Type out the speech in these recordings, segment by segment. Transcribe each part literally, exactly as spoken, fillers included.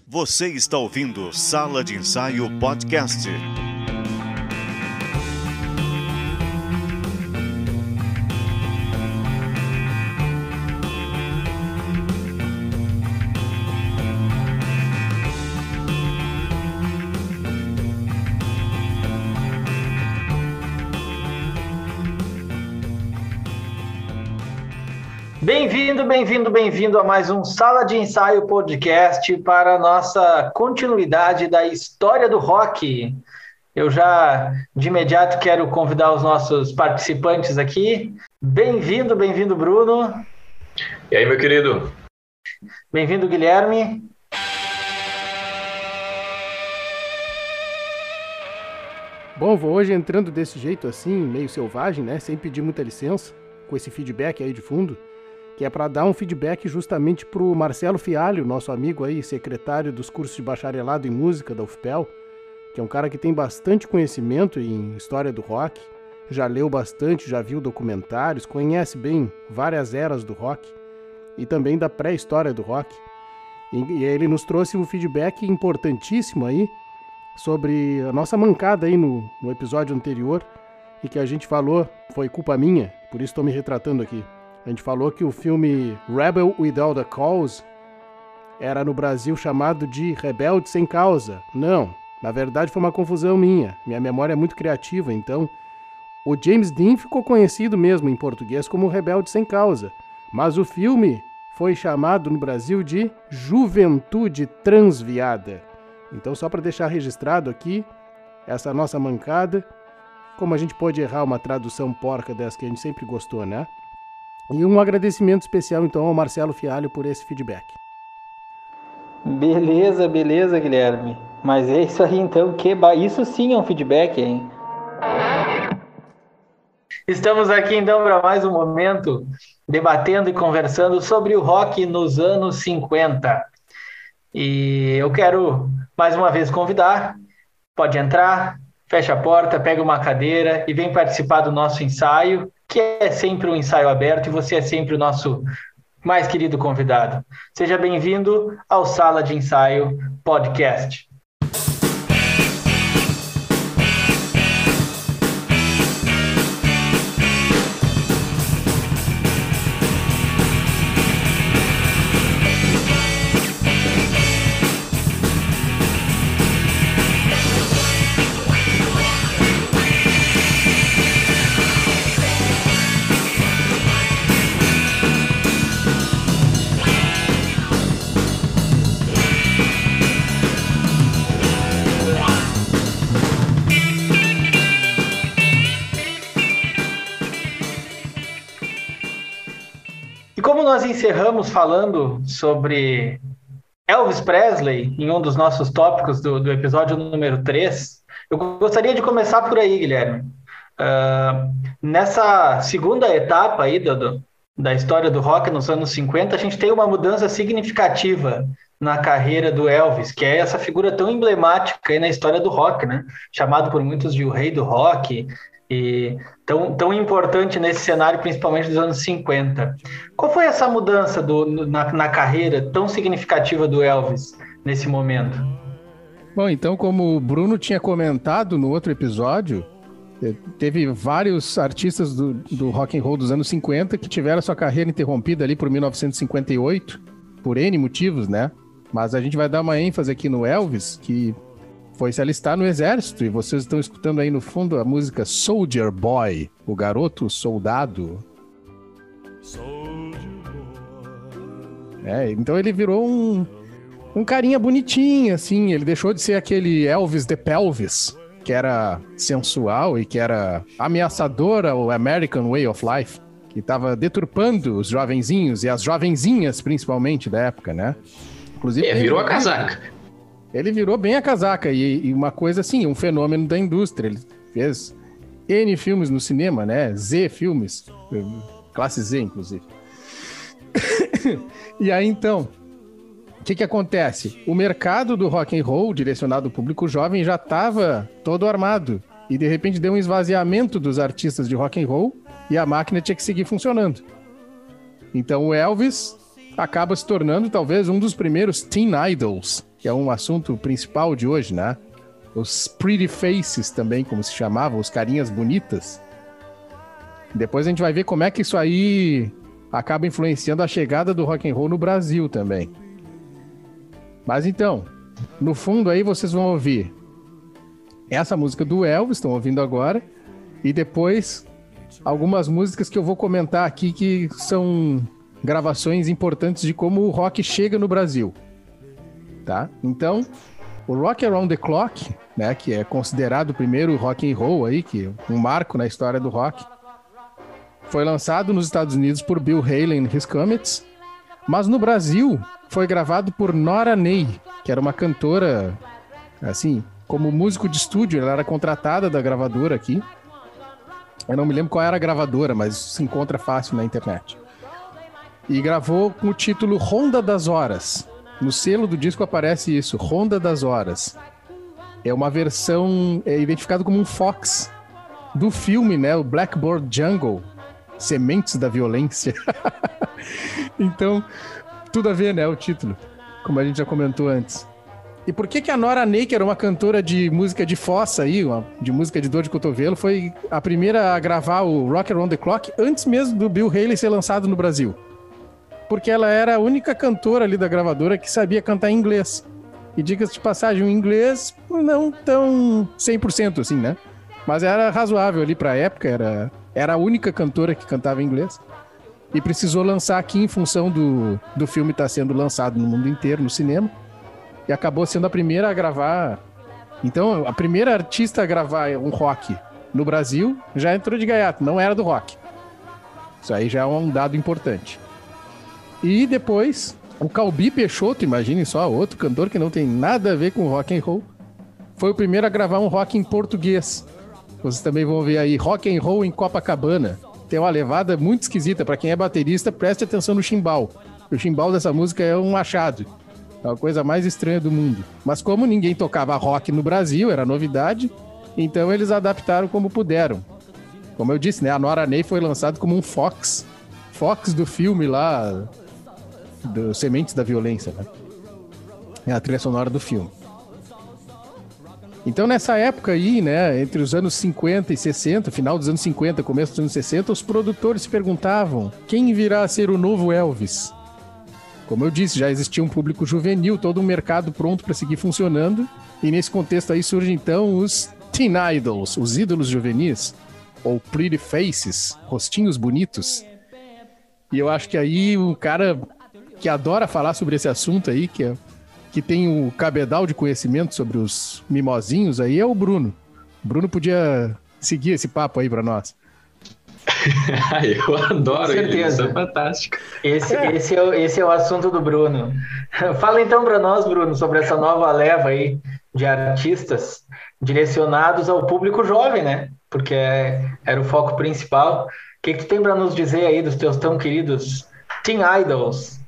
Você está ouvindo Sala de Ensaio Podcast. Bem-vindo, bem-vindo, bem-vindo a mais um Sala de Ensaio Podcast para a nossa continuidade da história do rock. Eu já, de imediato, quero convidar os nossos participantes aqui. Bem-vindo, bem-vindo, Bruno. E aí, meu querido? Bem-vindo, Guilherme. Bom, vou hoje entrando desse jeito assim, meio selvagem, né? Sem pedir muita licença, com esse feedback aí de fundo, que é para dar um feedback justamente para o Marcelo Fialho, nosso amigo aí, secretário dos cursos de bacharelado em música da U F P E L, que é um cara que tem bastante conhecimento em história do rock, já leu bastante, já viu documentários, conhece bem várias eras do rock e também da pré-história do rock. E, e ele nos trouxe um feedback importantíssimo aí sobre a nossa mancada aí no, no episódio anterior e que a gente falou, foi culpa minha, por isso estou me retratando aqui. A gente falou que o filme Rebel Without a Cause era no Brasil chamado de Rebelde Sem Causa. Não, na verdade foi uma confusão minha. Minha memória é muito criativa, então o James Dean ficou conhecido mesmo em português como Rebelde Sem Causa. Mas o filme foi chamado no Brasil de Juventude Transviada. Então só para deixar registrado aqui essa nossa mancada, como a gente pode errar uma tradução porca dessa que a gente sempre gostou, né? E um agradecimento especial, então, ao Marcelo Fialho por esse feedback. Beleza, beleza, Guilherme. Mas é isso aí, então. Que ba... Isso sim é um feedback, hein? Estamos aqui, então, para mais um momento, debatendo e conversando sobre o rock nos anos cinquenta. E eu quero, mais uma vez, convidar. Pode entrar, fecha a porta, pega uma cadeira e vem participar do nosso ensaio, que é sempre um ensaio aberto e você é sempre o nosso mais querido convidado. Seja bem-vindo ao Sala de Ensaio Podcast. Nós encerramos falando sobre Elvis Presley em um dos nossos tópicos do, do episódio número três. Eu gostaria de começar por aí, Guilherme. Uh, nessa segunda etapa aí do, do, da história do rock nos anos cinquenta, a gente tem uma mudança significativa na carreira do Elvis, que é essa figura tão emblemática aí na história do rock, né? Chamado por muitos de o rei do rock, e tão, tão importante nesse cenário, principalmente dos anos cinquenta. Qual foi essa mudança do, na, na carreira tão significativa do Elvis nesse momento? Bom, então, como o Bruno tinha comentado no outro episódio, teve vários artistas do, do rock and roll dos anos cinquenta que tiveram sua carreira interrompida ali por mil novecentos e cinquenta e oito, por N motivos, né? Mas a gente vai dar uma ênfase aqui no Elvis, que foi se alistar no exército, e vocês estão escutando aí no fundo a música Soldier Boy, o garoto soldado. É, então ele virou um, um carinha bonitinho, assim, ele deixou de ser aquele Elvis de Pelvis, que era sensual e que era ameaçador ao American Way of Life, que estava deturpando os jovenzinhos e as jovenzinhas, principalmente, da época, né? Inclusive, é, virou a casaca. Ele virou bem a casaca e, e uma coisa assim, um fenômeno da indústria. Ele fez N filmes no cinema, né? Z filmes, classe Z, inclusive. E aí, então, o que que acontece? O mercado do rock and roll, direcionado ao público jovem, já estava todo armado. E, de repente, deu um esvaziamento dos artistas de rock and roll e a máquina tinha que seguir funcionando. Então, o Elvis acaba se tornando, talvez, um dos primeiros teen idols que é um assunto principal de hoje, né? Os pretty faces também, como se chamavam, os carinhas bonitas. Depois a gente vai ver como é que isso aí acaba influenciando a chegada do rock and roll no Brasil também. Mas então, no fundo aí vocês vão ouvir essa música do Elvis, estão ouvindo agora, e depois algumas músicas que eu vou comentar aqui que são gravações importantes de como o rock chega no Brasil. Tá? Então, o Rock Around the Clock, né, que é considerado o primeiro rock and roll aí, que é um marco na história do rock, foi lançado nos Estados Unidos por Bill Haley and His Comets, mas no Brasil foi gravado por Nora Ney, que era uma cantora, assim, como músico de estúdio, ela era contratada da gravadora aqui. Eu não me lembro qual era a gravadora, mas se encontra fácil na internet. E gravou com o título Ronda das Horas. No selo do disco aparece isso, Ronda das Horas. É uma versão, é identificado como um Fox do filme, né, o Blackboard Jungle, Sementes da Violência. Então, tudo a ver, né, o título, como a gente já comentou antes. E por que que a Nora Ney, que era uma cantora de música de fossa aí, uma, de música de dor de cotovelo, foi a primeira a gravar o Rock Around the Clock antes mesmo do Bill Haley ser lançado no Brasil? Porque ela era a única cantora ali da gravadora que sabia cantar em inglês. E diga-se de passagem, o inglês não tão cem por cento assim, né? Mas era razoável ali pra época, era, era a única cantora que cantava em inglês. E precisou lançar aqui em função do, do filme estar sendo lançado no mundo inteiro, no cinema. E acabou sendo a primeira a gravar... Então, a primeira artista a gravar um rock no Brasil já entrou de gaiato, não era do rock. Isso aí já é um dado importante. E depois, o Calbi Peixoto, imaginem só, outro cantor que não tem nada a ver com rock and roll, foi o primeiro a gravar um rock em português. Vocês também vão ver aí, Rock and Roll em Copacabana. Tem uma levada muito esquisita. Para quem é baterista, preste atenção no chimbal. O chimbal dessa música é um machado. É a coisa mais estranha do mundo. Mas como ninguém tocava rock no Brasil, era novidade, então eles adaptaram como puderam. Como eu disse, né, a Nora Ney foi lançado como um Fox. Fox do filme lá, do Sementes da Violência, né? É a trilha sonora do filme. Então nessa época aí, né, entre os anos cinquenta e sessenta, final dos anos cinquenta, começo dos anos sessenta, os produtores se perguntavam quem virá a ser o novo Elvis. Como eu disse, já existia um público juvenil, todo um mercado pronto para seguir funcionando, e nesse contexto aí surgem então os teen idols, os ídolos juvenis, ou pretty faces, rostinhos bonitos. E eu acho que aí um cara que adora falar sobre esse assunto aí, que, é, que tem o cabedal de conhecimento sobre os mimosinhos aí, é o Bruno. O Bruno podia seguir esse papo aí para nós. Eu adoro ele, isso, é fantástico. Esse é. Esse, é o, esse é o assunto do Bruno. Fala então para nós, Bruno, sobre essa nova leva aí de artistas direcionados ao público jovem, né? Porque é, era o foco principal. O que, que tu tem para nos dizer aí dos teus tão queridos teen idols?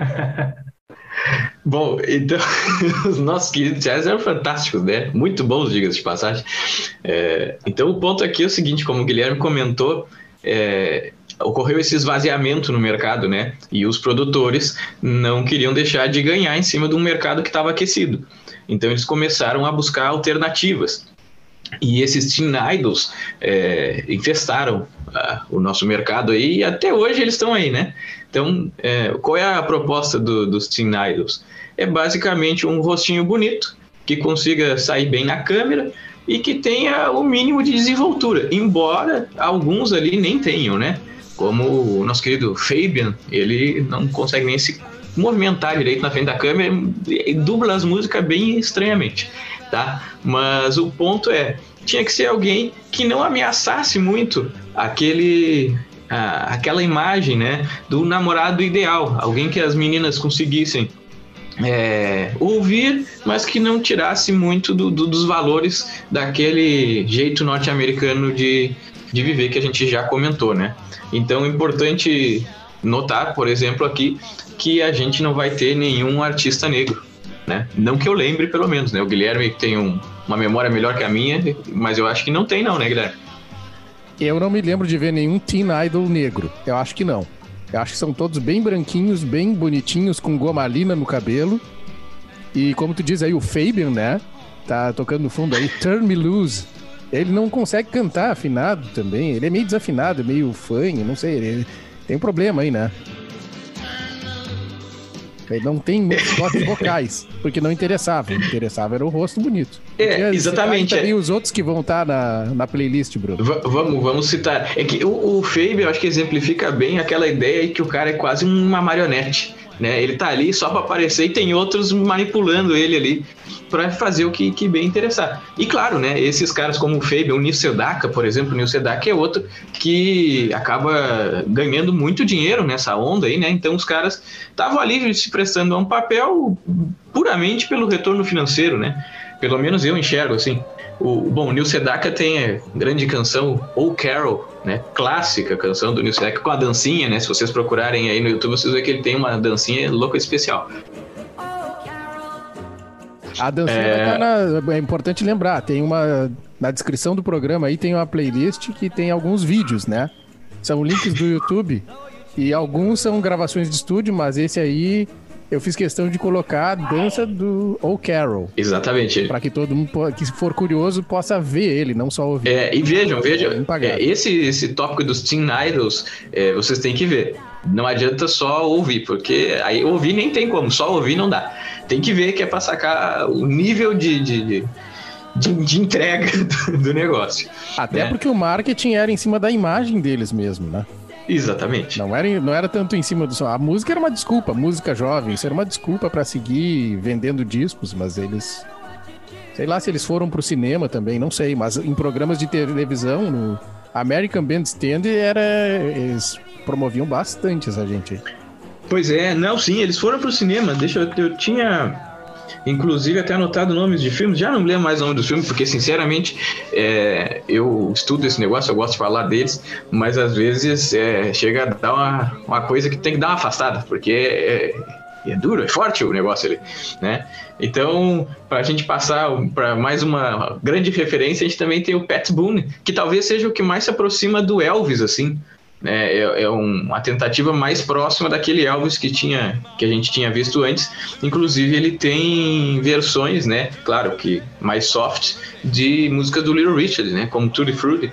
Bom, então, os nossos queridos jazz eram fantásticos, né? Muito bons, diga-se de passagem. É, então, o ponto aqui é o seguinte, como o Guilherme comentou, é, ocorreu esse esvaziamento no mercado, né? E os produtores não queriam deixar de ganhar em cima de um mercado que estava aquecido. Então, eles começaram a buscar alternativas. E esses teen idols é, infestaram uh, o nosso mercado aí, e até hoje eles estão aí, né? Então, é, qual é a proposta do, dos teen idols? É basicamente um rostinho bonito, que consiga sair bem na câmera e que tenha o mínimo de desenvoltura, embora alguns ali nem tenham, né? Como o nosso querido Fabian, ele não consegue nem se movimentar direito na frente da câmera e dubla as músicas bem estranhamente, tá? Mas o ponto é, tinha que ser alguém que não ameaçasse muito aquele... Ah, aquela imagem, né, do namorado ideal, alguém que as meninas conseguissem é, ouvir, mas que não tirasse muito do, do, dos valores daquele jeito norte-americano de, de viver que a gente já comentou, né? Então é importante notar, por exemplo, aqui, que a gente não vai ter nenhum artista negro, né? Não que eu lembre, pelo menos, né? O Guilherme tem um, uma memória melhor que a minha, mas eu acho que não tem não, né, Guilherme? Eu não me lembro de ver nenhum teen idol negro. Eu acho que não. Eu acho que são todos bem branquinhos, bem bonitinhos, com gomalina no cabelo. E como tu diz aí, o Fabian, né? Tá tocando no fundo aí, Turn Me Loose. Ele não consegue cantar afinado também. Ele é meio desafinado, meio fanho, não sei. Ele tem um problema aí, né? Ele não tem muitos toques vocais, porque não interessava. O que interessava era o rosto bonito. É, porque exatamente. E os outros que vão estar na, na playlist, Bruno. V- vamos, vamos citar. É que o, o Fabian, eu acho que exemplifica bem aquela ideia de que o cara é quase uma marionete, né? Ele tá ali só para aparecer e tem outros manipulando ele ali para fazer o que, que bem interessar. E claro, né, esses caras como o Fabian, o Neil Sedaka, por exemplo, o Neil Sedaka é outro que acaba ganhando muito dinheiro nessa onda aí, né? Então os caras estavam ali se prestando a um papel puramente pelo retorno financeiro, né? Pelo menos eu enxergo assim. O, bom, o Neil Sedaka tem a grande canção Oh Carol, né? Clássica canção do Neil Sedaka com a dancinha, né? Se vocês procurarem aí no YouTube, vocês vão ver que ele tem uma dancinha louca especial. A dancinha é... vai estar na... É importante lembrar, tem uma... Na descrição do programa aí tem uma playlist que tem alguns vídeos, né? São links do YouTube e alguns são gravações de estúdio, mas esse aí eu fiz questão de colocar a dança do Oh Carol. Exatamente. Para que todo mundo que for curioso possa ver ele, não só ouvir. É, e vejam, vejam, é, esse, esse tópico dos Teen Idols, é, vocês têm que ver. Não adianta só ouvir, porque aí ouvir nem tem como, só ouvir não dá. Tem que ver que é para sacar o nível de, de, de, de entrega do, do negócio. Até né? Porque o marketing era em cima da imagem deles mesmo, né? Exatamente. Não era, não era tanto em cima do som. A música era uma desculpa, música jovem, isso era uma desculpa para seguir vendendo discos, mas eles... Sei lá se eles foram pro cinema também, não sei, mas em programas de televisão, no American Bandstand, era, eles promoviam bastante essa gente aí. Pois é, não, sim, eles foram pro cinema. Deixa eu, eu tinha inclusive até anotado nomes de filmes, já não lembro mais o nome dos filmes, porque sinceramente é, eu estudo esse negócio, eu gosto de falar deles, mas às vezes é, chega a dar uma, uma coisa que tem que dar uma afastada, porque é, é duro, é forte o negócio ali, né? Então, para a gente passar para mais uma grande referência, a gente também tem o Pat Boone, que talvez seja o que mais se aproxima do Elvis, assim. É, é, é um, uma tentativa mais próxima daquele Elvis que, tinha, que a gente tinha visto antes. Inclusive ele tem versões, né, claro que mais soft, de músicas do Little Richard, né, como Tutti Frutti.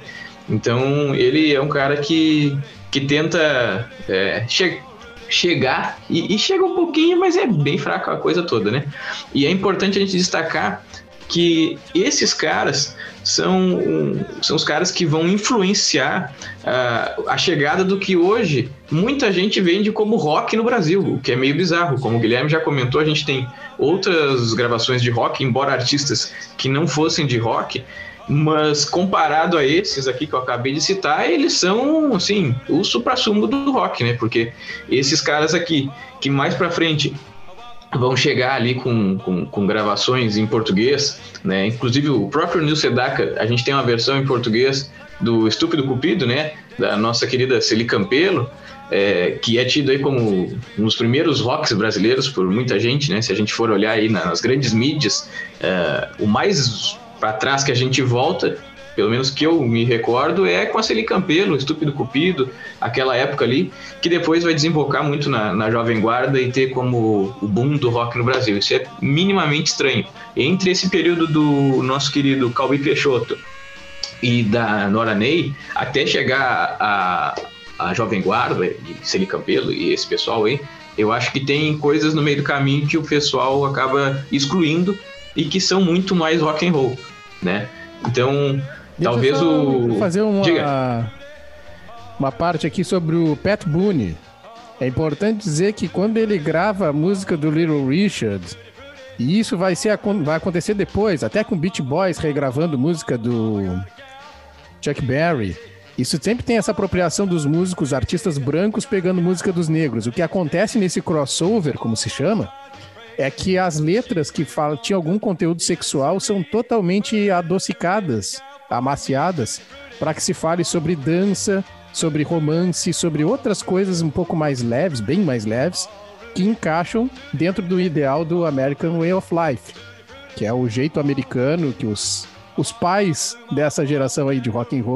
Então ele é um cara que, que tenta é, che- chegar e, e chega um pouquinho, mas é bem fraca a coisa toda, né? E é importante a gente destacar que esses caras são, são os caras que vão influenciar uh, a chegada do que hoje muita gente vende como rock no Brasil, o que é meio bizarro. Como o Guilherme já comentou, a gente tem outras gravações de rock, embora artistas que não fossem de rock, mas comparado a esses aqui que eu acabei de citar, eles são, assim, o suprassumo do rock, né? Porque esses caras aqui, que mais pra frente vão chegar ali com, com, com gravações em português, né? Inclusive o próprio Neil Sedaka, a gente tem uma versão em português do Estúpido Cupido, né? Da nossa querida Celi Campelo, é, que é tido aí como um dos primeiros rocks brasileiros por muita gente, né? Se a gente for olhar aí nas grandes mídias, é, o mais para trás que a gente volta, pelo menos que eu me recordo, é com a Celi Campelo, Estúpido Cupido, aquela época ali, que depois vai desembocar muito na, na Jovem Guarda e ter como o boom do rock no Brasil. Isso é minimamente estranho. Entre esse período do nosso querido Calbi Peixoto e da Nora Ney, até chegar a, a Jovem Guarda, e Celi Campelo e esse pessoal aí, eu acho que tem coisas no meio do caminho que o pessoal acaba excluindo e que são muito mais rock and roll, né? Então... Deixa talvez o... fazer uma, uma parte aqui sobre o Pat Boone. É importante dizer que quando ele grava a música do Little Richard, e isso vai, ser, vai acontecer depois, até com Beach Boys regravando música do Chuck Berry, isso sempre tem essa apropriação dos músicos, artistas brancos pegando música dos negros. O que acontece nesse crossover, como se chama, é que as letras que falam, tinham algum conteúdo sexual são totalmente adocicadas, amaciadas, para que se fale sobre dança, sobre romance, sobre outras coisas um pouco mais leves, bem mais leves, que encaixam dentro do ideal do American Way of Life, que é o jeito americano que os, os pais dessa geração aí de rock and roll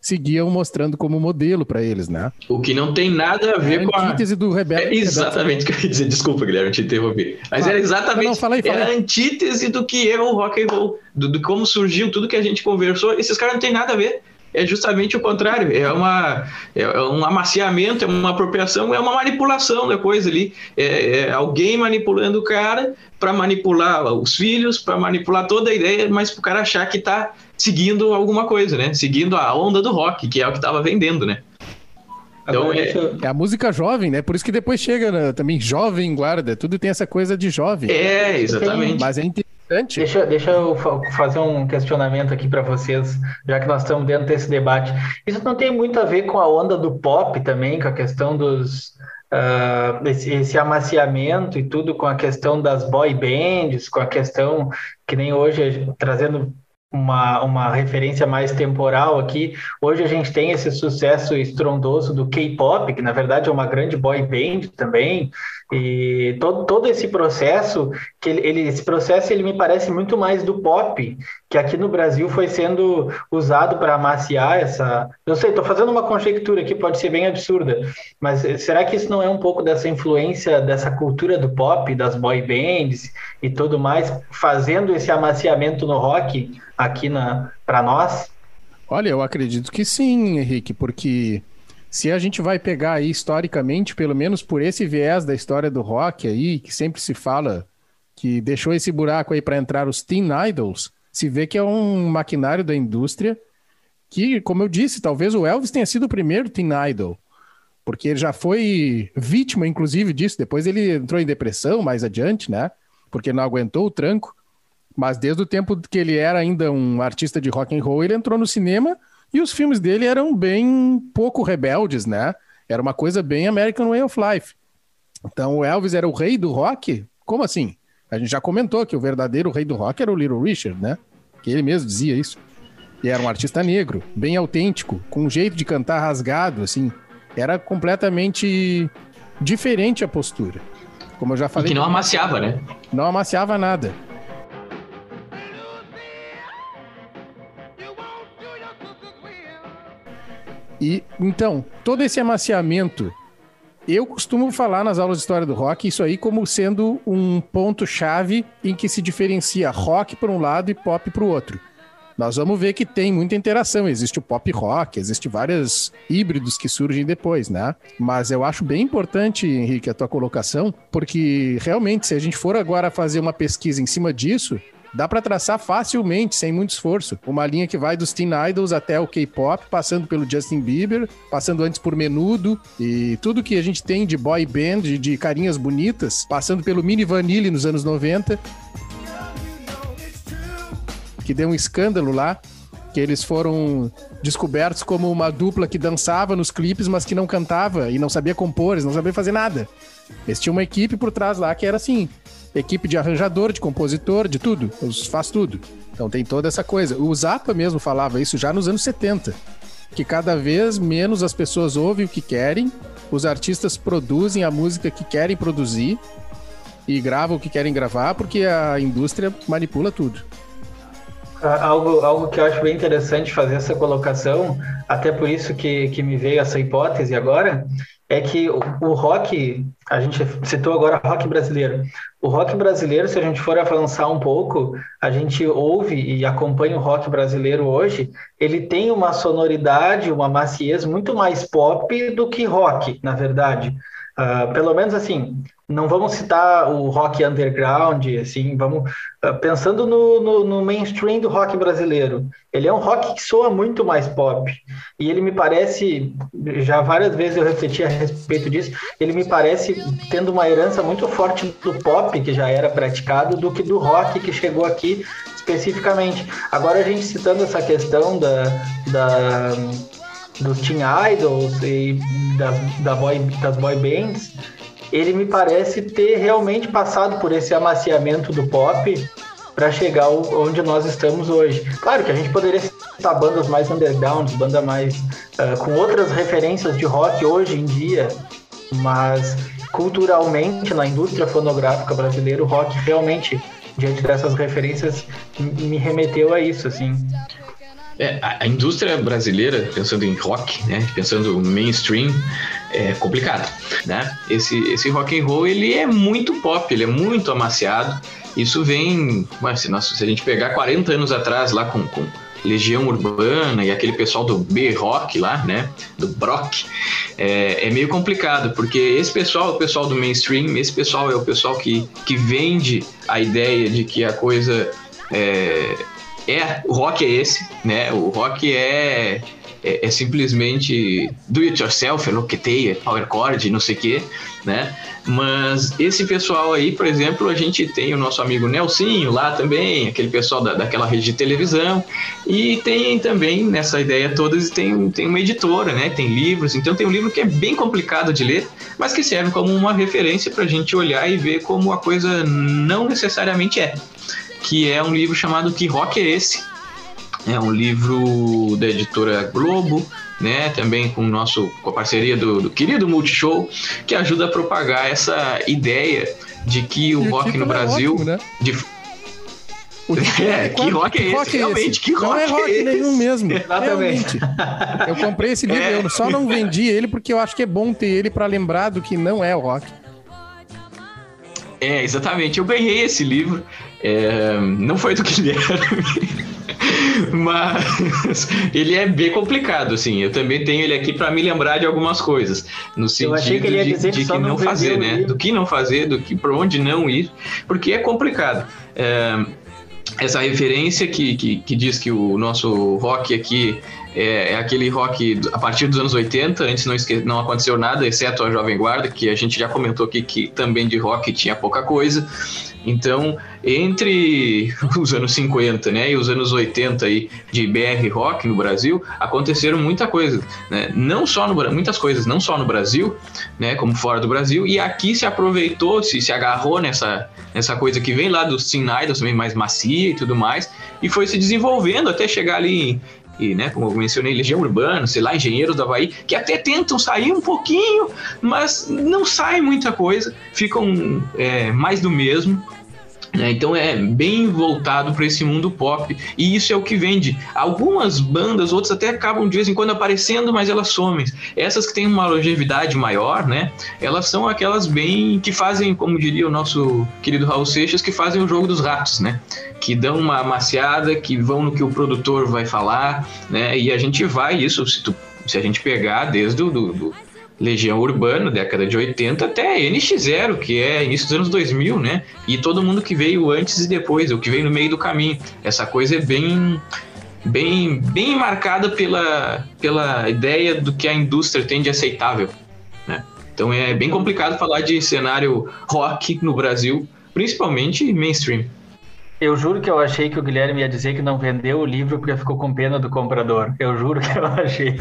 seguiam mostrando como modelo para eles, né? O que não tem nada a ver é com a... antítese do Rebelde. É exatamente o que eu ia dizer. Desculpa, Guilherme, te interrompi. Mas ah, era exatamente não, não, falei, falei. Era a antítese do que é o rock and roll, do, do como surgiu tudo que a gente conversou. Esses caras não tem nada a ver. É justamente o contrário. É, uma, é um amaciamento, é uma apropriação, é uma manipulação da coisa ali. É, é alguém manipulando o cara para manipular os filhos, para manipular toda a ideia, mas para o cara achar que está seguindo alguma coisa, né? Seguindo a onda do rock, que é o que estava vendendo, né? Então, é... é a música jovem, né? Por isso que depois chega né, também jovem guarda. Tudo tem essa coisa de jovem. É, exatamente. Mas é interessante. Deixa, deixa eu fazer um questionamento aqui para vocês, já que nós estamos dentro desse debate. Isso não tem muito a ver com a onda do pop também, com a questão dos... Uh, esse, esse amaciamento e tudo, com a questão das boy bands, com a questão que nem hoje, trazendo... Uma, uma referência mais temporal aqui. Hoje a gente tem esse sucesso estrondoso do K-pop, que na verdade é uma grande boy band também, e todo, todo esse processo, que ele, ele, esse processo ele me parece muito mais do pop, que aqui no Brasil foi sendo usado para amaciar essa... Não sei, estou fazendo uma conjectura aqui, pode ser bem absurda, mas será que isso não é um pouco dessa influência, dessa cultura do pop, das boy bands e tudo mais, fazendo esse amaciamento no rock aqui para nós? Olha, eu acredito que sim, Henrique, porque se a gente vai pegar aí historicamente, pelo menos por esse viés da história do rock aí, que sempre se fala que deixou esse buraco aí para entrar os teen idols, se vê que é um maquinário da indústria que, como eu disse, talvez o Elvis tenha sido o primeiro teen idol, porque ele já foi vítima, inclusive, disso. Depois ele entrou em depressão mais adiante, né? Porque não aguentou o tranco. Mas desde o tempo que ele era ainda um artista de rock and roll, ele entrou no cinema e os filmes dele eram bem pouco rebeldes, né? Era uma coisa bem American Way of Life. Então o Elvis era o rei do rock? Como assim? A gente já comentou que o verdadeiro rei do rock era o Little Richard, né? Que ele mesmo dizia isso. E era um artista negro, bem autêntico, com um jeito de cantar rasgado, assim. Era completamente diferente a postura. Como eu já falei... E que não amaciava, né? Não amaciava nada. E, então, todo esse amaciamento, eu costumo falar nas aulas de história do rock, isso aí como sendo um ponto-chave em que se diferencia rock por um lado e pop por outro. Nós vamos ver que tem muita interação, existe o pop rock, existe vários híbridos que surgem depois, né? Mas eu acho bem importante, Henrique, a tua colocação, porque realmente, se a gente for agora fazer uma pesquisa em cima disso, dá para traçar facilmente, sem muito esforço, uma linha que vai dos teen idols até o K-pop, passando pelo Justin Bieber, passando antes por Menudo, e tudo que a gente tem de boy band, de, de carinhas bonitas, passando pelo Mini Vanille nos anos noventa, que deu um escândalo lá, que eles foram descobertos como uma dupla que dançava nos clipes, mas que não cantava e não sabia compor, eles não sabiam fazer nada. Eles tinham uma equipe por trás lá que era assim... equipe de arranjador, de compositor, de tudo, faz tudo. Então tem toda essa coisa. O Zappa mesmo falava isso já nos anos setenta, que cada vez menos as pessoas ouvem o que querem, os artistas produzem a música que querem produzir e gravam o que querem gravar, porque a indústria manipula tudo. Algo, algo que eu acho bem interessante fazer essa colocação, até por isso que, que me veio essa hipótese agora, é que o, o rock, a gente citou agora rock brasileiro. O rock brasileiro, se a gente for avançar um pouco, a gente ouve e acompanha o rock brasileiro hoje, ele tem uma sonoridade, uma maciez muito mais pop do que rock, na verdade. Uh, pelo menos assim, não vamos citar o rock underground, assim, vamos uh, pensando no, no, no mainstream do rock brasileiro. Ele é um rock que soa muito mais pop, e ele me parece, já várias vezes eu refleti a respeito disso, ele me parece tendo uma herança muito forte do pop, que já era praticado, do que do rock que chegou aqui especificamente. Agora a gente citando essa questão da... da dos teen idols e das, da boy, das boy bands, ele me parece ter realmente passado por esse amaciamento do pop para chegar onde nós estamos hoje. Claro que a gente poderia citar bandas mais underground, bandas mais uh, com outras referências de rock hoje em dia, mas culturalmente na indústria fonográfica brasileira o rock realmente, diante dessas referências, me remeteu a isso, assim. É, a indústria brasileira, pensando em rock, né, pensando no mainstream, é complicado, né? Esse, esse rock and roll, ele é muito pop, ele é muito amaciado. Isso vem, mas, se, nós, se a gente pegar quarenta anos atrás, lá com, com Legião Urbana e aquele pessoal do B-Rock lá, né, do Brock, é, é meio complicado, porque esse pessoal é o pessoal do mainstream, esse pessoal é o pessoal que, que vende a ideia de que a coisa é... É, o rock é esse, né? O rock é, é, é simplesmente do it yourself, é loqueteia, power chord, não sei o quê, né? Mas esse pessoal aí, por exemplo, a gente tem o nosso amigo Nelsinho lá também, aquele pessoal da, daquela rede de televisão, e tem também nessa ideia toda, tem, tem uma editora, né? Tem livros, então tem um livro que é bem complicado de ler, mas que serve como uma referência pra gente olhar e ver como a coisa não necessariamente é. Que é um livro chamado Que Rock é Esse? É um livro da editora Globo, né? Também com, nosso, com a parceria do, do querido Multishow, que ajuda a propagar essa ideia de que o e rock o no Brasil... É, ótimo, né? de... é, que rock é esse? Rock é Realmente, esse? que rock não é rock é nenhum mesmo. Exatamente. Realmente. Eu comprei esse livro, é. eu só não vendi ele porque eu acho que é bom ter ele para lembrar do que não é o rock. É, exatamente. Eu ganhei esse livro. É, não foi do Guilherme, mas ele é bem complicado, assim. Eu também tenho ele aqui para me lembrar de algumas coisas, no sentido que ele ia de, dizer de que, que só não, não fazer, né? livro. Do que não fazer, do que para onde não ir, porque é complicado. É, essa referência que, que, que diz que o nosso rock aqui é, é aquele rock a partir dos anos oitenta, antes não, esque... não aconteceu nada, exceto a Jovem Guarda, que a gente já comentou aqui que também de rock tinha pouca coisa. Então, entre os anos cinquenta, né, e os anos oitenta aí de B R Rock no Brasil, aconteceram muita coisa, né? Não só no, muitas coisas, não só no Brasil, né, como fora do Brasil, e aqui se aproveitou, se, se agarrou nessa, nessa coisa que vem lá dos Teen Idols, também mais macia e tudo mais, e foi se desenvolvendo até chegar ali em, e, né, como eu mencionei, Legião Urbana, sei lá, Engenheiros do Havaí, que até tentam sair um pouquinho, mas não sai muita coisa, ficam é, mais do mesmo. Então é bem voltado para esse mundo pop, e isso é o que vende. Algumas bandas, outras até acabam de vez em quando aparecendo, mas elas somem. Essas que têm uma longevidade maior, né? Elas são aquelas bem que fazem, como diria o nosso querido Raul Seixas, que fazem o jogo dos ratos, né? Que dão uma amaciada, que vão no que o produtor vai falar, né? E a gente vai, isso, se, tu, se a gente pegar desde o do, do Legião Urbana, década de oitenta, até N X zero, que é início dos anos dois mil, né? E todo mundo que veio antes e depois, o que veio no meio do caminho. Essa coisa é bem, bem, bem marcada pela, pela ideia do que a indústria tem de aceitável, né? Então é bem complicado falar de cenário rock no Brasil, principalmente mainstream. Eu juro que eu achei que o Guilherme ia dizer que não vendeu o livro porque ficou com pena do comprador. Eu juro que eu achei.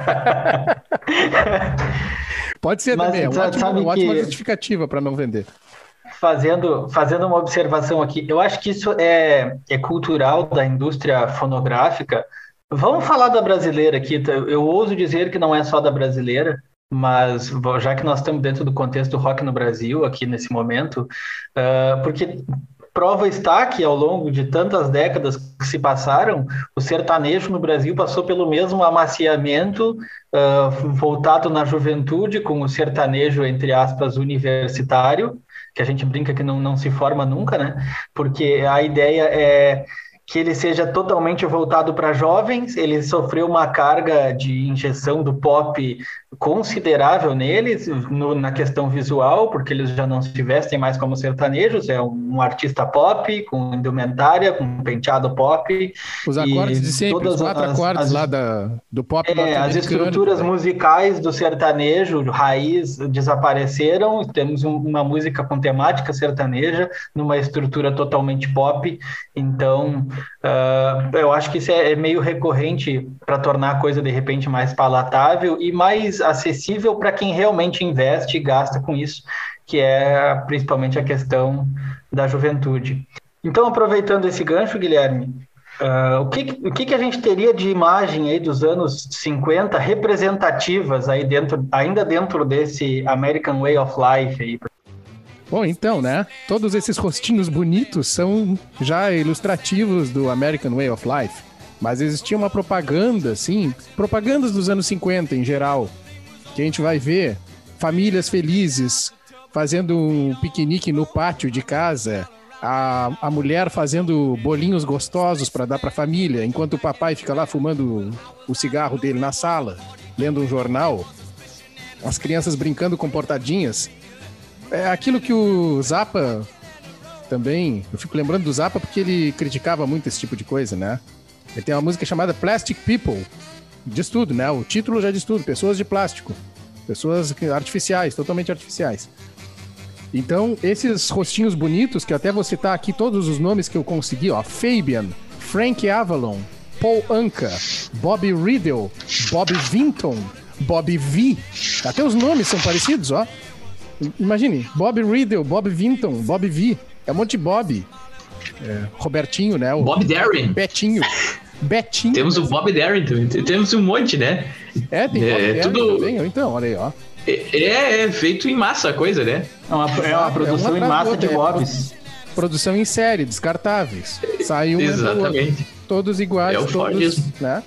Pode ser. Mas, também, é uma ótima, uma ótima justificativa para não vender. Fazendo, fazendo uma observação aqui, eu acho que isso é, é cultural da indústria fonográfica. Vamos falar da brasileira aqui. Eu ouso dizer que não é só da brasileira, mas já que nós estamos dentro do contexto do rock no Brasil, aqui nesse momento, uh, porque... Prova está que, ao longo de tantas décadas que se passaram, o sertanejo no Brasil passou pelo mesmo amaciamento uh, voltado na juventude, com o sertanejo, entre aspas, universitário, que a gente brinca que não, não se forma nunca, né? Porque a ideia é que ele seja totalmente voltado para jovens. Ele sofreu uma carga de injeção do pop considerável neles, no, na questão visual, porque eles já não se vestem mais como sertanejos, é um, um artista pop, com indumentária, com um penteado pop. Os acordes de sempre, os quatro as, acordes as, lá da, do pop é, as estruturas né? musicais do sertanejo, raiz, desapareceram. Temos um, uma música com temática sertaneja, numa estrutura totalmente pop. Então, uh, eu acho que isso é, é meio recorrente para tornar a coisa, de repente, mais palatável e mais acessível para quem realmente investe e gasta com isso, que é principalmente a questão da juventude. Então, aproveitando esse gancho, Guilherme, uh, o, que, o que, que a gente teria de imagem aí dos anos cinquenta representativas aí dentro, ainda dentro desse American Way of Life aí? Bom, então, né? Todos esses rostinhos bonitos são já ilustrativos do American Way of Life. mas existia uma propaganda, assim, propagandas dos anos cinquenta em geral, que a gente vai ver famílias felizes fazendo um piquenique no pátio de casa, a, a mulher fazendo bolinhos gostosos para dar para a família, enquanto o papai fica lá fumando o cigarro dele na sala, lendo um jornal, as crianças brincando comportadinhas. É aquilo que o Zappa também, eu fico lembrando do Zappa porque ele criticava muito esse tipo de coisa, né? Ele tem uma música chamada Plastic People, diz tudo, né? O título já diz tudo, pessoas de plástico, pessoas artificiais, totalmente artificiais. Então, esses rostinhos bonitos, que eu até vou citar aqui todos os nomes que eu consegui, ó, Fabian, Frank Avalon, Paul Anka, Bobby Riddle, Bobby Vinton, Bobby V, até os nomes são parecidos, ó. Imagine, Bobby Riddle, Bobby Vinton, Bobby V, é um monte de Bob. É, Robertinho, né? O Bob Darin. Betinho. Betinho. Temos o Bob Darin também, temos um monte, né? É, tem Bob é, Darin tudo... também, então, olha aí, ó. É, é feito em massa a coisa, né? É uma, é uma produção é uma em massa outra, de Bobs. É, produção em série, descartáveis. Sai um Exatamente. Todos iguais, é o todos, né?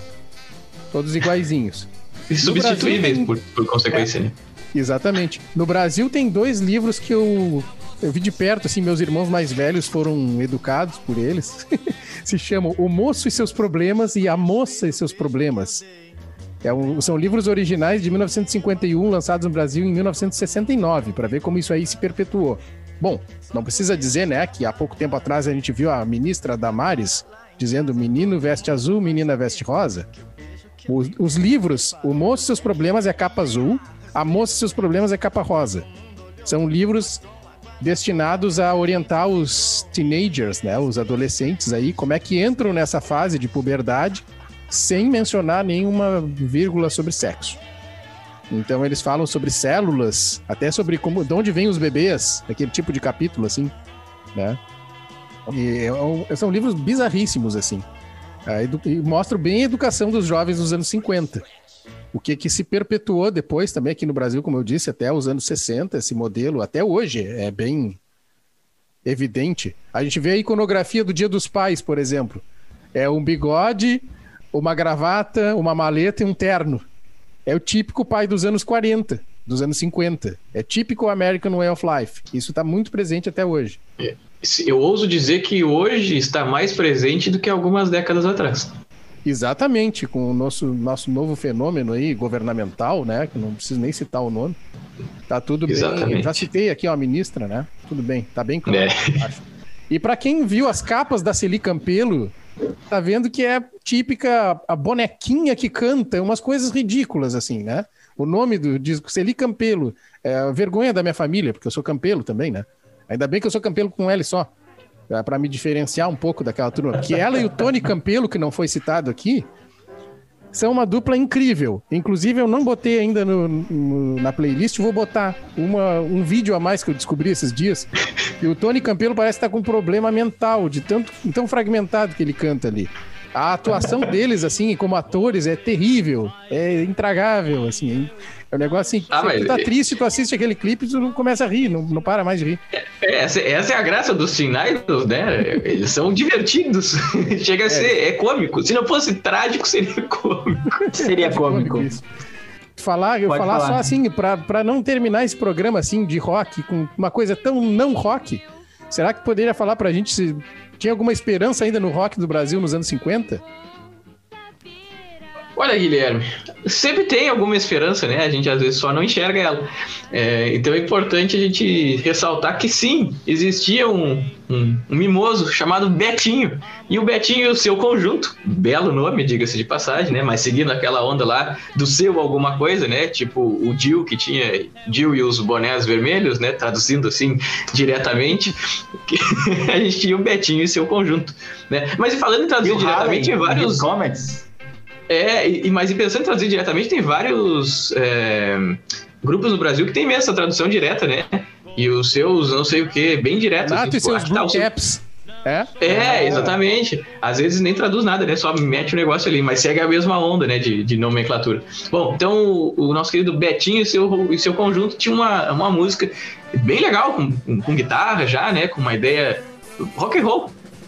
Todos iguaizinhos. E substituíveis, tem... por, por consequência, é, né? Exatamente. No Brasil tem dois livros que eu, eu vi de perto, assim, meus irmãos mais velhos foram educados por eles. Se chamam O Moço e Seus Problemas e A Moça e Seus Problemas. É um, são livros originais de mil novecentos e cinquenta e um, lançados no Brasil em mil novecentos e sessenta e nove, para ver como isso aí se perpetuou. Bom, não precisa dizer, né, que há pouco tempo atrás a gente viu a ministra Damares dizendo menino veste azul, menina veste rosa. Os, os livros, O Moço e Seus Problemas é capa azul, A Moça e Seus Problemas é capa rosa. São livros destinados a orientar os teenagers, né, os adolescentes aí, como é que entram nessa fase de puberdade, sem mencionar nenhuma vírgula sobre sexo. Então eles falam sobre células, até sobre como, de onde vêm os bebês, aquele tipo de capítulo, assim, né? E é, são livros bizarríssimos, assim. E mostram bem a educação dos jovens nos anos cinquenta. O que, que se perpetuou depois também aqui no Brasil, como eu disse, até os anos sessenta, esse modelo, até hoje, é bem evidente. A gente vê a iconografia do Dia dos Pais, por exemplo. É um bigode, uma gravata, uma maleta e um terno. É o típico pai dos anos quarenta, dos anos cinquenta. É típico American Way of Life. Isso está muito presente até hoje. Eu ouso dizer que hoje está mais presente do que algumas décadas atrás. Exatamente, com o nosso, nosso novo fenômeno aí, governamental, né? Que não preciso nem citar o nome. Tá tudo Exatamente. bem. Eu já citei aqui ó, a ministra, né? Tudo bem, tá bem claro. É. Acho. E para quem viu as capas da Celi Campelo, tá vendo que é típica a bonequinha que canta, umas coisas ridículas, assim, né? O nome do disco, Celi Campelo, é a vergonha da minha família, porque eu sou Campelo também, né? Ainda bem que eu sou Campelo com L só, para me diferenciar um pouco daquela turma. Porque ela e o Tony Campelo, que não foi citado aqui, são uma dupla incrível. Inclusive, eu não botei ainda no, no, na playlist, vou botar uma, um vídeo a mais que eu descobri esses dias. E o Tony Campelo parece estar com um problema mental, de tanto, tão fragmentado que ele canta ali. A atuação deles, assim, como atores, é terrível, é intragável, assim. É um negócio assim, ah, se tu tá triste, tu assiste aquele clipe e tu não começa a rir, não, não para mais de rir. Essa, essa é a graça dos Teen Idols, né? Eles são divertidos. Chega a ser é. é cômico. Se não fosse trágico, seria cômico. Seria cômico. Falar, eu Pode falar, falar só assim, pra, pra não terminar esse programa assim de rock, com uma coisa tão não rock, será que poderia falar pra gente se tinha alguma esperança ainda no rock do Brasil nos anos cinquenta? Olha, Guilherme, sempre tem alguma esperança, né? A gente às vezes só não enxerga ela. É, então é importante a gente ressaltar que sim, existia um, um, um mimoso chamado Betinho. E o Betinho e o seu conjunto, belo nome, diga-se de passagem, né? Mas seguindo aquela onda lá do seu alguma coisa, né? Tipo o Jill, que tinha Jill e os bonés vermelhos, né? Traduzindo assim diretamente, a gente tinha o Betinho e seu conjunto, né? Mas e falando em traduzir diretamente, tem vários... Comments. É, e, mas e pensando em traduzir diretamente, tem vários é, grupos no Brasil que tem mesmo essa tradução direta, né? E os seus, não sei o que, bem direto. Renato assim, e seus blue tá, caps. É? É, exatamente. Às vezes nem traduz nada, né? Só mete o negócio ali, mas segue a mesma onda, né? De, de nomenclatura. Bom, então o, o nosso querido Betinho e seu, e seu conjunto tinha uma, uma música bem legal, com, com, com guitarra já, né? Com uma ideia rock and roll.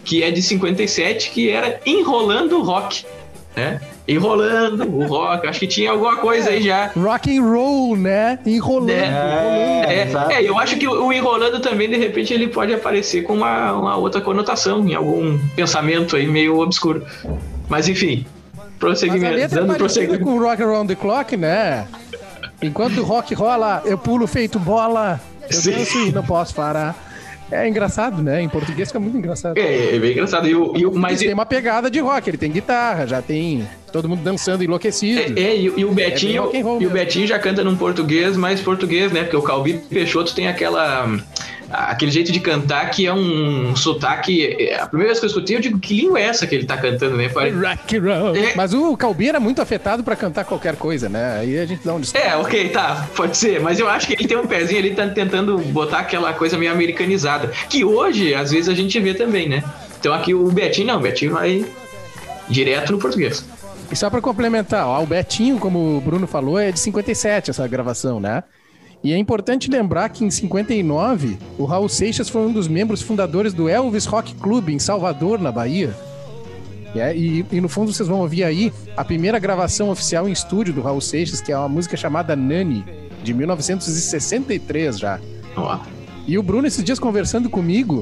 que é de cinquenta e sete, que era Enrolando o Rock, né? Enrolando o rock, acho que tinha alguma coisa aí já. Rock and roll, né? Enrolando. É, enrolando. É, é, eu acho que o, o enrolando também, de repente, ele pode aparecer com uma, uma outra conotação, em algum pensamento aí meio obscuro. Mas enfim, prosseguimento. Mas a letra Dando é parecida prosseguimento. com Rock Around the Clock, né? Enquanto o rock rola, eu pulo feito bola, eu Sim. danço e não posso parar. É engraçado, né? Em português fica muito engraçado. É, é bem engraçado. E o, e o, mas Tem uma pegada de rock, ele tem guitarra, já tem todo mundo dançando enlouquecido. É, é, e, e o É Betinho, bem rock and roll e o mesmo. Betinho já canta num português mais português, né? Porque o Calbi Peixoto tem aquela aquele jeito de cantar que é um sotaque. A primeira vez que eu escutei, eu digo, que língua é essa que ele tá cantando, né? Pare- Rock and roll. É. Mas o Calbi era muito afetado pra cantar qualquer coisa, né? Aí a gente dá um destaque. É, ok, tá, pode ser, mas eu acho que ele tem um pezinho ali, tá tentando botar aquela coisa meio americanizada, que hoje, às vezes, a gente vê também, né? Então aqui o Betinho não, o Betinho vai direto no português. E só pra complementar, ó, o Betinho, como o Bruno falou, é de cinquenta e sete essa gravação, né? E é importante lembrar que em cinquenta e nove, o Raul Seixas foi um dos membros fundadores do Elvis Rock Club em Salvador, na Bahia. É, e, e no fundo vocês vão ouvir aí a primeira gravação oficial em estúdio do Raul Seixas, que é uma música chamada Nani, de mil novecentos e sessenta e três já. Ó. E o Bruno, esses dias conversando comigo,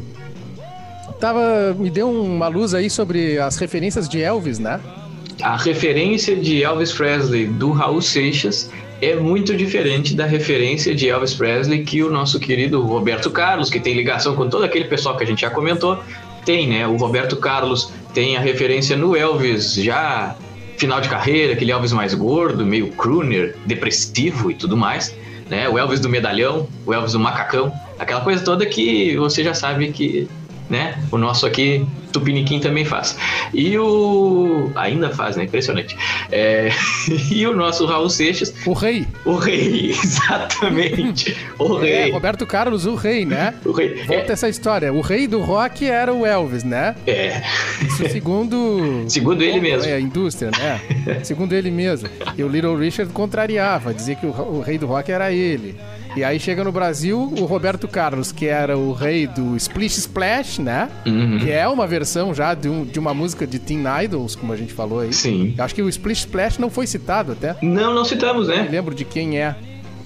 tava, me deu uma luz aí sobre as referências de Elvis, né? A referência de Elvis Presley do Raul Seixas é muito diferente da referência de Elvis Presley que o nosso querido Roberto Carlos, que tem ligação com todo aquele pessoal que a gente já comentou, tem, né? O Roberto Carlos tem a referência no Elvis já final de carreira, aquele Elvis mais gordo, meio crooner, depressivo e tudo mais, né? O Elvis do medalhão, o Elvis do macacão, aquela coisa toda que você já sabe que, né? O nosso aqui, Tupiniquim, também faz. E o... ainda faz, né? Impressionante. É... e o nosso Raul Seixas... O rei. O rei, exatamente. O rei. É, Roberto Carlos, o rei, né? O rei. Volta essa história. O rei do rock era o Elvis, né? É. Isso segundo... Segundo ele mesmo. É, a indústria, né? Segundo ele mesmo. E o Little Richard contrariava, dizia que o, o rei do rock era ele. E aí chega no Brasil o Roberto Carlos, que era o rei do Splish Splash, né? Uhum. Que é uma versão já de, um, de uma música de Teen Idols, como a gente falou aí. Sim. Eu acho que o Splish Splash não foi citado até. Não, não citamos, Não me né? lembro de quem é.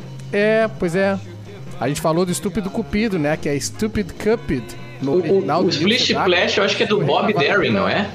É, pois é. A gente falou do Estúpido Cupido, né? Que é Stupid Cupid. No O, original o, do o Splish Neil Splash eu acho que é do O Bob Renato Darin, não é?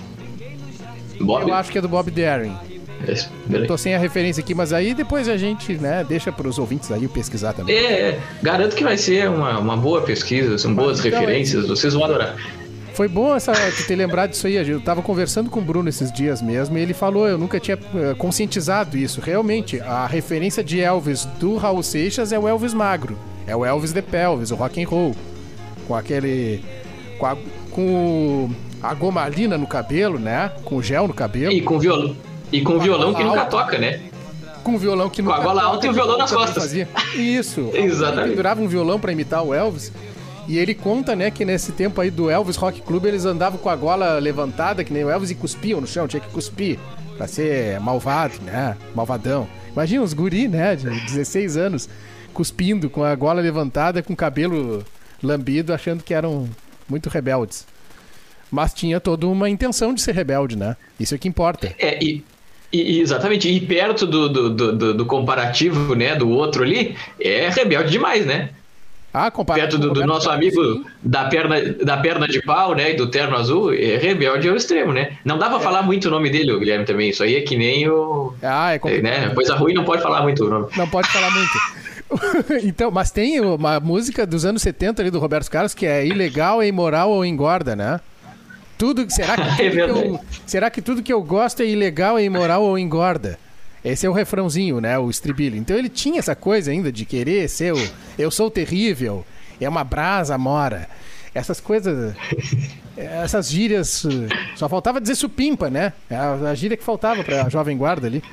Bob? Eu acho que é do Bob Darin. É, peraí. Tô sem a referência aqui, mas aí depois a gente, né, deixa pros ouvintes aí pesquisar também. É, é, garanto que vai ser uma, uma boa pesquisa, são boas então, referências, vocês vão adorar. Foi bom essa, tu ter lembrado disso aí. Eu tava conversando com o Bruno esses dias mesmo e ele falou, eu nunca tinha eh, conscientizado isso. Realmente, a referência de Elvis do Raul Seixas é o Elvis magro. É o Elvis de pelvis, o rock and roll. Com aquele... Com a, com o- a gomalina no cabelo, né? Com o gel no cabelo. E com violão, e com Com a violão gola que nunca alta. toca, né? Com o violão que Com a nunca gola toca, alta e o violão nas também costas. fazia. Isso. Exatamente. Ele pendurava um violão pra imitar o Elvis. E ele conta, né, que nesse tempo aí do Elvis Rock Club, eles andavam com a gola levantada, que nem o Elvis, e cuspiam no chão, tinha que cuspir pra ser malvado, né, malvadão. Imagina os guri, né, de dezesseis anos, cuspindo com a gola levantada, com o cabelo lambido, achando que eram muito rebeldes. Mas tinha toda uma intenção de ser rebelde, né? Isso é que importa. É, e, e- exatamente, e perto do, do, do, do- do comparativo, né, do outro ali, é rebelde demais, né? Ah, comparado Perto com do, o do Roberto nosso Carlos, amigo sim. da perna, da perna de pau, né, e do terno azul, é rebelde ao extremo, né? Não dá pra falar muito o nome dele, o Guilherme, também, isso aí é que nem o... Ah, é é, complicado. né? Coisa ruim não pode falar muito o nome. Não pode falar muito. Então, mas tem uma música dos anos setenta ali do Roberto Carlos que é ilegal, é imoral ou engorda, né? Tudo, será, que tudo É que verdade. eu, será que tudo que eu gosto é ilegal, é imoral ou engorda? Esse é o refrãozinho, né? O estribilho. Então ele tinha essa coisa ainda de querer ser o eu sou terrível, é uma brasa mora. Essas coisas, essas gírias, só faltava dizer supimpa, né? É a, a gíria que faltava pra jovem guarda ali.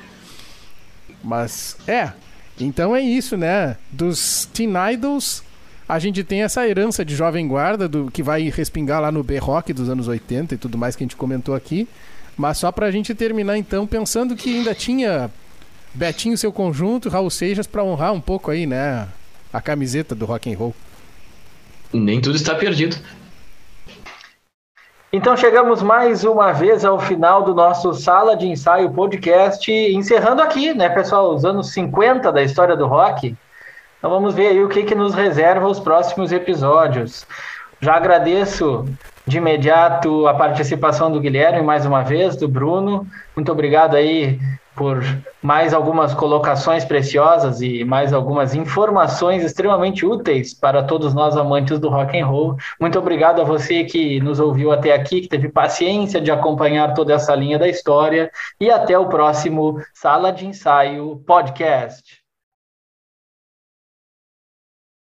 Mas, é, então é isso, né? Dos Teen Idols, a gente tem essa herança de jovem guarda do, que vai respingar lá no B-Rock dos anos oitenta e tudo mais que a gente comentou aqui. Mas só pra gente terminar então, pensando que ainda tinha Betinho seu conjunto, Raul Seixas pra honrar um pouco aí, né? A camiseta do rock and roll. Nem tudo está perdido. Então chegamos mais uma vez ao final do nosso Sala de Ensaio podcast, encerrando aqui, né, pessoal, os anos cinquenta da história do rock. Então vamos ver aí o que, que nos reserva os próximos episódios. Já agradeço de imediato a participação do Guilherme mais uma vez, do Bruno. Muito obrigado aí por mais algumas colocações preciosas e mais algumas informações extremamente úteis para todos nós amantes do rock and roll. Muito obrigado a você que nos ouviu até aqui, que teve paciência de acompanhar toda essa linha da história, e até o próximo Sala de Ensaio Podcast.